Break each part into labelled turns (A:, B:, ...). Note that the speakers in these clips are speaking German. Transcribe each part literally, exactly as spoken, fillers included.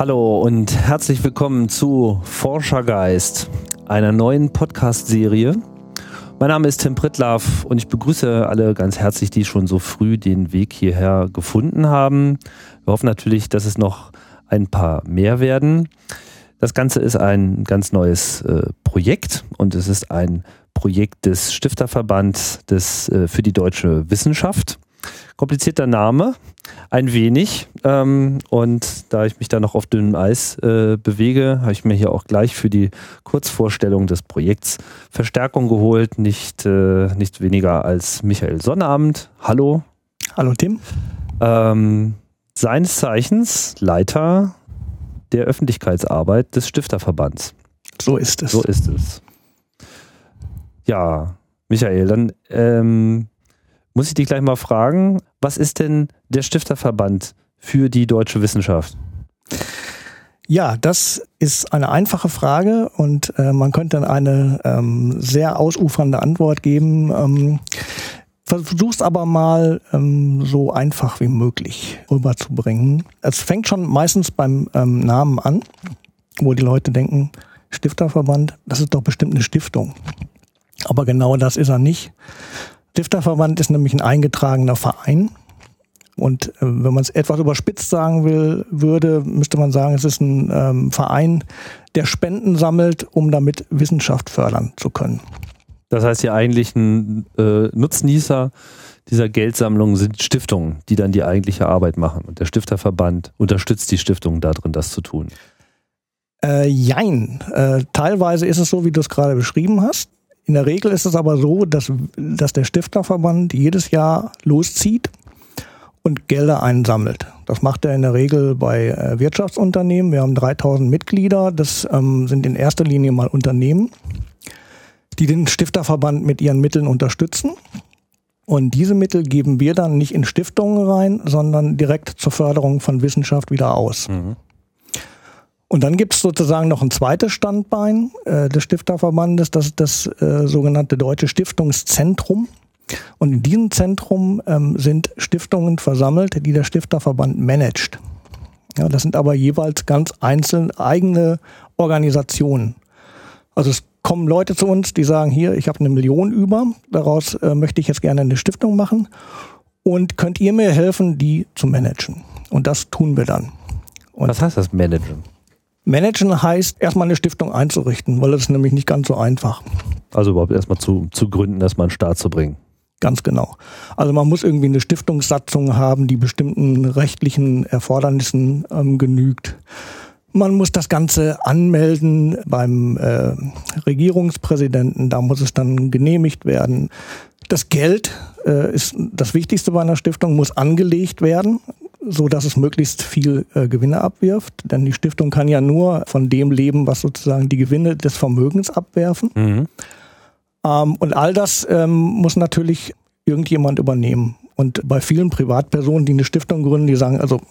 A: Hallo und herzlich willkommen zu Forschergeist, einer neuen Podcast-Serie. Mein Name ist Tim Prittlaff und ich begrüße alle ganz herzlich, die schon so früh den Weg hierher gefunden haben. Wir hoffen natürlich, dass es noch ein paar mehr werden. Das Ganze ist ein ganz neues äh, Projekt und es ist ein Projekt des Stifterverbands des, äh, für die deutsche Wissenschaft. Komplizierter Name, ein wenig. Ähm, und da ich mich da noch auf dünnem Eis äh, bewege, habe ich mir hier auch gleich für die Kurzvorstellung des Projekts Verstärkung geholt. Nicht, äh, nicht weniger als Michael Sonnabend. Hallo.
B: Hallo Tim.
A: Ähm, seines Zeichens Leiter der Öffentlichkeitsarbeit des Stifterverbands.
B: So ist es.
A: So ist es. Ja, Michael, dann ähm, muss ich dich gleich mal fragen, was ist denn der Stifterverband für die deutsche Wissenschaft?
B: Ja, das ist eine einfache Frage und äh, man könnte eine ähm, sehr ausufernde Antwort geben. Ähm, Versuch's aber mal ähm, so einfach wie möglich rüberzubringen. Es fängt schon meistens beim ähm, Namen an, wo die Leute denken, Stifterverband, das ist doch bestimmt eine Stiftung. Aber genau das ist er nicht. Stifterverband ist nämlich ein eingetragener Verein. Und äh, wenn man es etwas überspitzt sagen will, würde, müsste man sagen, es ist ein ähm, Verein, der Spenden sammelt, um damit Wissenschaft fördern zu können.
A: Das heißt, die eigentlichen äh, Nutznießer dieser Geldsammlung sind Stiftungen, die dann die eigentliche Arbeit machen. Und der Stifterverband unterstützt die Stiftungen darin, das zu tun.
B: Äh, jein. Äh, teilweise ist es so, wie du es gerade beschrieben hast. In der Regel ist es aber so, dass, dass der Stifterverband jedes Jahr loszieht und Gelder einsammelt. Das macht er in der Regel bei äh, Wirtschaftsunternehmen. Wir haben dreitausend Mitglieder. Das ähm, sind in erster Linie mal Unternehmen, die den Stifterverband mit ihren Mitteln unterstützen. Und diese Mittel geben wir dann nicht in Stiftungen rein, sondern direkt zur Förderung von Wissenschaft wieder aus. Mhm. Und dann gibt es sozusagen noch ein zweites Standbein äh, des Stifterverbandes, das ist das äh, sogenannte Deutsche Stiftungszentrum. Und in diesem Zentrum ähm, sind Stiftungen versammelt, die der Stifterverband managt. Ja, das sind aber jeweils ganz einzeln eigene Organisationen. Also es kommen Leute zu uns, die sagen, hier, ich habe eine Million über, daraus äh, möchte ich jetzt gerne eine Stiftung machen und könnt ihr mir helfen, die zu managen? Und das tun wir dann. Und
A: was heißt das Managen?
B: Managen heißt, erstmal eine Stiftung einzurichten, weil das ist nämlich nicht ganz so einfach.
A: Also überhaupt erstmal zu, zu gründen, erstmal an den Start zu bringen.
B: Ganz genau. Also man muss irgendwie eine Stiftungssatzung haben, die bestimmten rechtlichen Erfordernissen ähm, genügt. Man muss das Ganze anmelden beim äh, Regierungspräsidenten, da muss es dann genehmigt werden. Das Geld äh, ist das Wichtigste bei einer Stiftung, muss angelegt werden, so dass es möglichst viel äh, Gewinne abwirft. Denn die Stiftung kann ja nur von dem leben, was sozusagen die Gewinne des Vermögens abwerfen. Mhm. Ähm, und all das ähm, muss natürlich irgendjemand übernehmen. Und bei vielen Privatpersonen, die eine Stiftung gründen, die sagen, also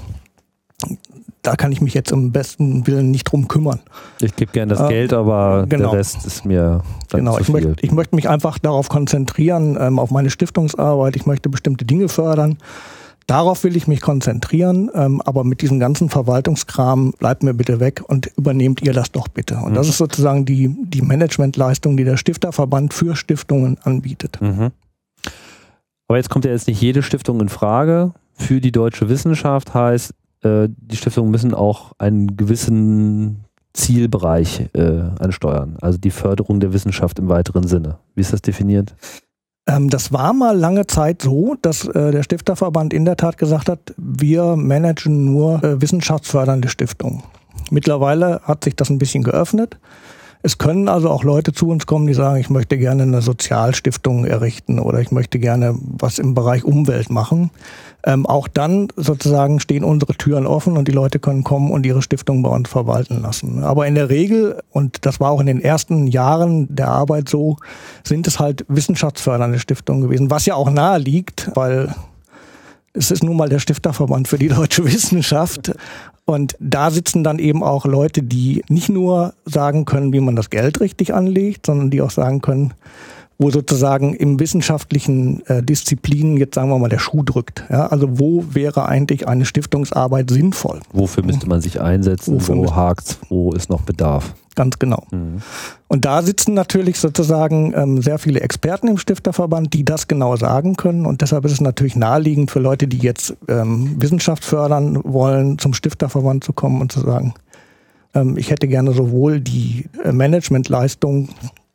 B: da kann ich mich jetzt im besten Willen nicht drum kümmern. Ich
A: gebe gerne das äh, Geld, aber genau. Der Rest ist mir dann
B: genau.
A: zu
B: Ich
A: viel.
B: Möchte, ich möchte mich einfach darauf konzentrieren, ähm, auf meine Stiftungsarbeit. Ich möchte bestimmte Dinge fördern. Darauf will ich mich konzentrieren, ähm, aber mit diesem ganzen Verwaltungskram bleibt mir bitte weg und übernehmt ihr das doch bitte. Und mhm. das ist sozusagen die, die Managementleistung, die der Stifterverband für Stiftungen anbietet.
A: Mhm. Aber jetzt kommt ja jetzt nicht jede Stiftung in Frage. Für die deutsche Wissenschaft heißt, die Stiftungen müssen auch einen gewissen Zielbereich äh, ansteuern, also die Förderung der Wissenschaft im weiteren Sinne. Wie ist das definiert?
B: Ähm, das war mal lange Zeit so, dass äh, der Stifterverband in der Tat gesagt hat, wir managen nur äh, wissenschaftsfördernde Stiftungen. Mittlerweile hat sich das ein bisschen geöffnet. Es können also auch Leute zu uns kommen, die sagen, ich möchte gerne eine Sozialstiftung errichten oder ich möchte gerne was im Bereich Umwelt machen. Ähm, auch dann sozusagen stehen unsere Türen offen und die Leute können kommen und ihre Stiftung bei uns verwalten lassen. Aber in der Regel, und das war auch in den ersten Jahren der Arbeit so, sind es halt wissenschaftsfördernde Stiftungen gewesen, was ja auch nahe liegt, weil es ist nun mal der Stifterverband für die deutsche Wissenschaft. Und da sitzen dann eben auch Leute, die nicht nur sagen können, wie man das Geld richtig anlegt, sondern die auch sagen können, wo sozusagen im wissenschaftlichen äh, Disziplinen jetzt sagen wir mal der Schuh drückt. Ja? Also wo wäre eigentlich eine Stiftungsarbeit sinnvoll?
A: Wofür müsste man sich einsetzen?
B: Wofür
A: wo hakt's? Wo ist noch Bedarf?
B: Ganz genau. Mhm. Und da sitzen natürlich sozusagen ähm, sehr viele Experten im Stifterverband, die das genau sagen können. Und deshalb ist es natürlich naheliegend für Leute, die jetzt ähm, Wissenschaft fördern wollen, zum Stifterverband zu kommen und zu sagen, ähm, ich hätte gerne sowohl die äh, Managementleistung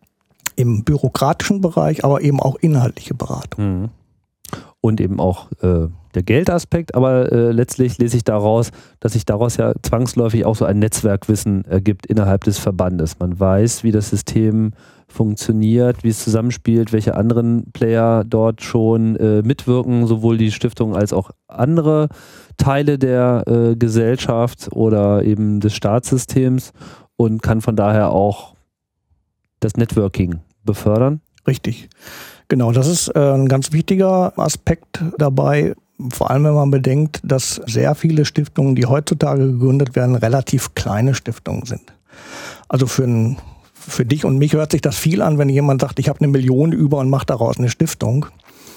B: im bürokratischen Bereich, aber eben auch inhaltliche Beratung.
A: Mhm. Und eben auch äh, der Geldaspekt, aber äh, letztlich lese ich daraus, dass sich daraus ja zwangsläufig auch so ein Netzwerkwissen ergibt innerhalb des Verbandes. Man weiß, wie das System funktioniert, wie es zusammenspielt, welche anderen Player dort schon äh, mitwirken, sowohl die Stiftung als auch andere Teile der äh, Gesellschaft oder eben des Staatssystems und kann von daher auch das Networking befördern.
B: Richtig. Genau, das ist äh, ein ganz wichtiger Aspekt dabei, vor allem wenn man bedenkt, dass sehr viele Stiftungen, die heutzutage gegründet werden, relativ kleine Stiftungen sind. Also für, ein, für dich und mich hört sich das viel an, wenn jemand sagt, ich habe eine Million über und mache daraus eine Stiftung.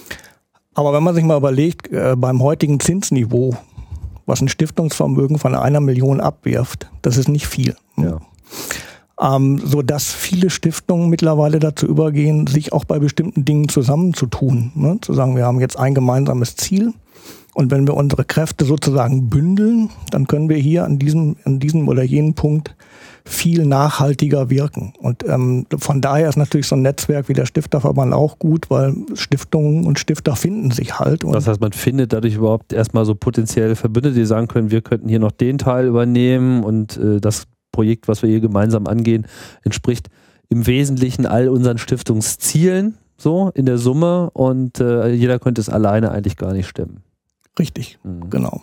B: Aber wenn man sich mal überlegt, äh, beim heutigen Zinsniveau, was ein Stiftungsvermögen von einer Million abwirft, das ist nicht viel.
A: Ja.
B: Ähm, so dass viele Stiftungen mittlerweile dazu übergehen, sich auch bei bestimmten Dingen zusammenzutun. Ne? Zu sagen, wir haben jetzt ein gemeinsames Ziel und wenn wir unsere Kräfte sozusagen bündeln, dann können wir hier an diesem, an diesem oder jenem Punkt viel nachhaltiger wirken. Und ähm, von daher ist natürlich so ein Netzwerk wie der Stifterverband auch gut, weil Stiftungen und Stifter finden sich halt. Und
A: das heißt, man findet dadurch überhaupt erstmal so potenzielle Verbündete, die sagen können, wir könnten hier noch den Teil übernehmen und äh, das Projekt, was wir hier gemeinsam angehen, entspricht im Wesentlichen all unseren Stiftungszielen, so in der Summe, und äh, jeder könnte es alleine eigentlich gar nicht stemmen.
B: Richtig, mhm. Genau.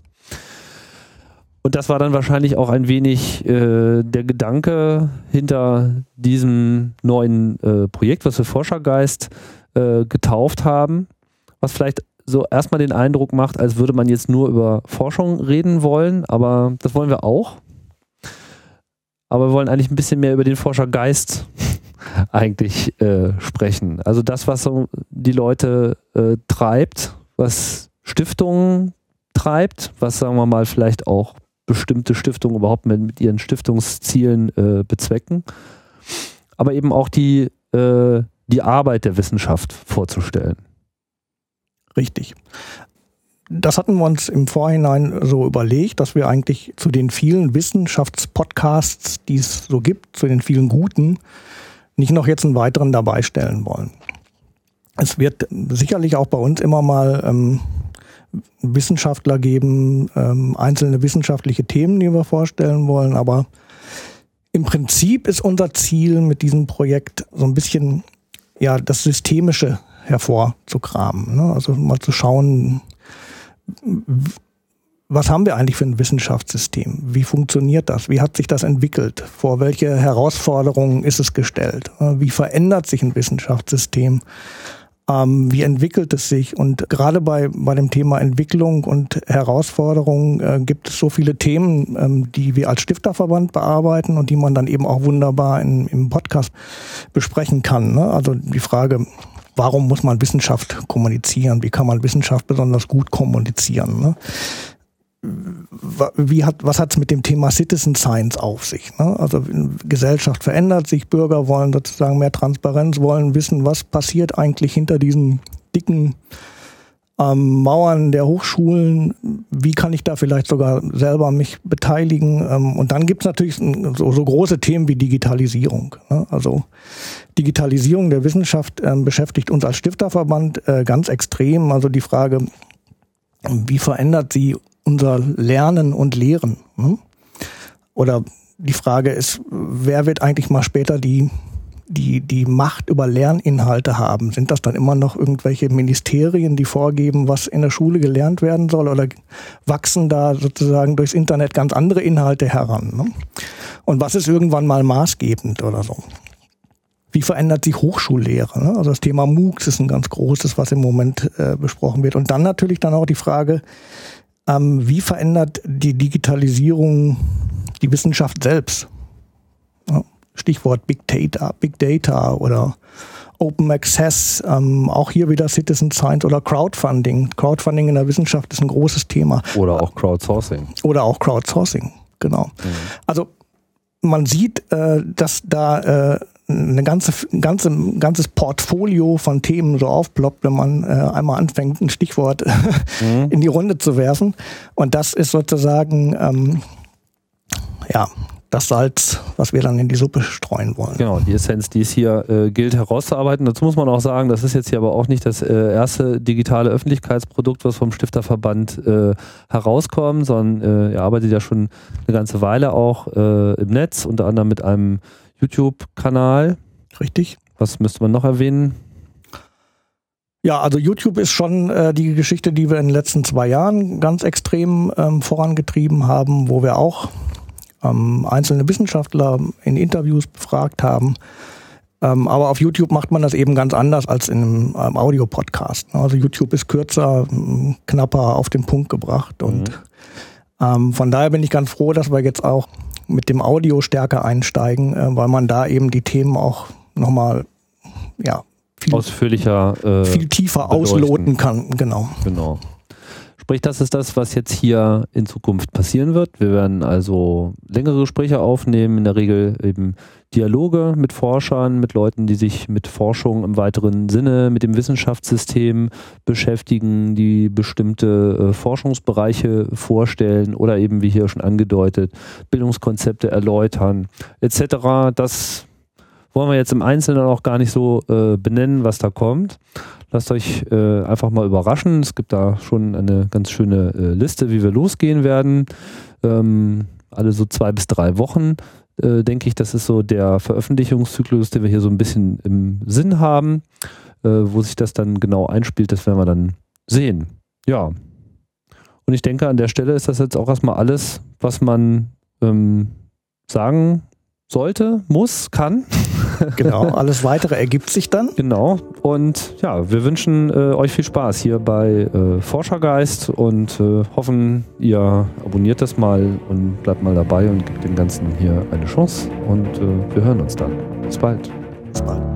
A: Und das war dann wahrscheinlich auch ein wenig äh, der Gedanke hinter diesem neuen äh, Projekt, was wir Forschergeist äh, getauft haben, was vielleicht so erstmal den Eindruck macht, als würde man jetzt nur über Forschung reden wollen, aber das wollen wir auch. Aber wir wollen eigentlich ein bisschen mehr über den Forschergeist eigentlich äh, sprechen. Also das, was so die Leute äh, treibt, was Stiftungen treibt, was, sagen wir mal, vielleicht auch bestimmte Stiftungen überhaupt mit, mit ihren Stiftungszielen äh, bezwecken. Aber eben auch die, äh, die Arbeit der Wissenschaft vorzustellen.
B: Richtig. Das hatten wir uns im Vorhinein so überlegt, dass wir eigentlich zu den vielen Wissenschaftspodcasts, die es so gibt, zu den vielen guten, nicht noch jetzt einen weiteren dabei stellen wollen. Es wird sicherlich auch bei uns immer mal ähm, Wissenschaftler geben, ähm, einzelne wissenschaftliche Themen, die wir vorstellen wollen, aber im Prinzip ist unser Ziel mit diesem Projekt so ein bisschen ja das Systemische hervorzukramen, ne? Also mal zu schauen, was haben wir eigentlich für ein Wissenschaftssystem? Wie funktioniert das? Wie hat sich das entwickelt? Vor welche Herausforderungen ist es gestellt? Wie verändert sich ein Wissenschaftssystem? Ähm, wie entwickelt es sich? Und gerade bei, bei dem Thema Entwicklung und Herausforderungen äh, gibt es so viele Themen, ähm, die wir als Stifterverband bearbeiten und die man dann eben auch wunderbar in, im Podcast besprechen kann, ne? Also die Frage, warum muss man Wissenschaft kommunizieren? Wie kann man Wissenschaft besonders gut kommunizieren? Ne? Wie hat, was hat es mit dem Thema Citizen Science auf sich? Ne? Also Gesellschaft verändert sich, Bürger wollen sozusagen mehr Transparenz, wollen wissen, was passiert eigentlich hinter diesen dicken ähm, Mauern der Hochschulen. Wie kann ich da vielleicht sogar selber mich beteiligen? Ähm, und dann gibt es natürlich so, so große Themen wie Digitalisierung. Ne? Also Digitalisierung der Wissenschaft äh, beschäftigt uns als Stifterverband äh, ganz extrem. Also die Frage, wie verändert sie unser Lernen und Lehren? Ne? Oder die Frage ist, wer wird eigentlich mal später die, die, die Macht über Lerninhalte haben? Sind das dann immer noch irgendwelche Ministerien, die vorgeben, was in der Schule gelernt werden soll? Oder wachsen da sozusagen durchs Internet ganz andere Inhalte heran? Ne? Und was ist irgendwann mal maßgebend oder so? Wie verändert sich Hochschullehre? Ne? Also das Thema MOOCs ist ein ganz großes, was im Moment äh, besprochen wird. Und dann natürlich dann auch die Frage, ähm, wie verändert die Digitalisierung die Wissenschaft selbst? Ja? Stichwort Big Data, Big Data oder Open Access, ähm, auch hier wieder Citizen Science oder Crowdfunding. Crowdfunding in der Wissenschaft ist ein großes Thema.
A: Oder auch Crowdsourcing.
B: Oder auch Crowdsourcing, genau. Mhm. Also man sieht, äh, dass da äh, eine ganze, ganze, ein ganzes Portfolio von Themen so aufploppt, wenn man äh, einmal anfängt, ein Stichwort mhm. in die Runde zu werfen. Und das ist sozusagen, ähm, ja, das Salz, was wir dann in die Suppe streuen wollen.
A: Genau, die Essenz, die es hier äh, gilt herauszuarbeiten. Dazu muss man auch sagen, das ist jetzt hier aber auch nicht das äh, erste digitale Öffentlichkeitsprodukt, was vom Stifterverband äh, herauskommt, sondern äh, er arbeitet ja schon eine ganze Weile auch äh, im Netz, unter anderem mit einem YouTube-Kanal.
B: Richtig.
A: Was müsste man noch erwähnen?
B: Ja, also YouTube ist schon äh, die Geschichte, die wir in den letzten zwei Jahren ganz extrem ähm, vorangetrieben haben, wo wir auch ähm, einzelne Wissenschaftler in Interviews befragt haben. Ähm, aber auf YouTube macht man das eben ganz anders als in einem ähm, Audio-Podcast. Also YouTube ist kürzer, m, knapper auf den Punkt gebracht. Und mhm. ähm, von daher bin ich ganz froh, dass wir jetzt auch mit dem Audio stärker einsteigen, äh, weil man da eben die Themen auch nochmal ja, viel,
A: ausführlicher, äh,
B: viel tiefer beleuchten. Ausloten kann. Genau.
A: Genau. Sprich, das ist das, was jetzt hier in Zukunft passieren wird. Wir werden also längere Gespräche aufnehmen, in der Regel eben Dialoge mit Forschern, mit Leuten, die sich mit Forschung im weiteren Sinne, mit dem Wissenschaftssystem beschäftigen, die bestimmte äh, Forschungsbereiche vorstellen oder eben, wie hier schon angedeutet, Bildungskonzepte erläutern et cetera. Das wollen wir jetzt im Einzelnen auch gar nicht so äh, benennen, was da kommt. Lasst euch äh, einfach mal überraschen. Es gibt da schon eine ganz schöne äh, Liste, wie wir losgehen werden. Ähm, alle so zwei bis drei Wochen, äh, denke ich, das ist so der Veröffentlichungszyklus, den wir hier so ein bisschen im Sinn haben. Äh, wo sich das dann genau einspielt, das werden wir dann sehen. Ja. Und ich denke, an der Stelle ist das jetzt auch erstmal alles, was man ähm, sagen sollte, muss, kann.
B: Genau, alles Weitere ergibt sich dann.
A: Genau. Und ja, wir wünschen äh, euch viel Spaß hier bei äh, Forschergeist und äh, hoffen, ihr abonniert das mal und bleibt mal dabei und gebt dem Ganzen hier eine Chance. Und äh, wir hören uns dann. Bis bald.
B: Bis bald.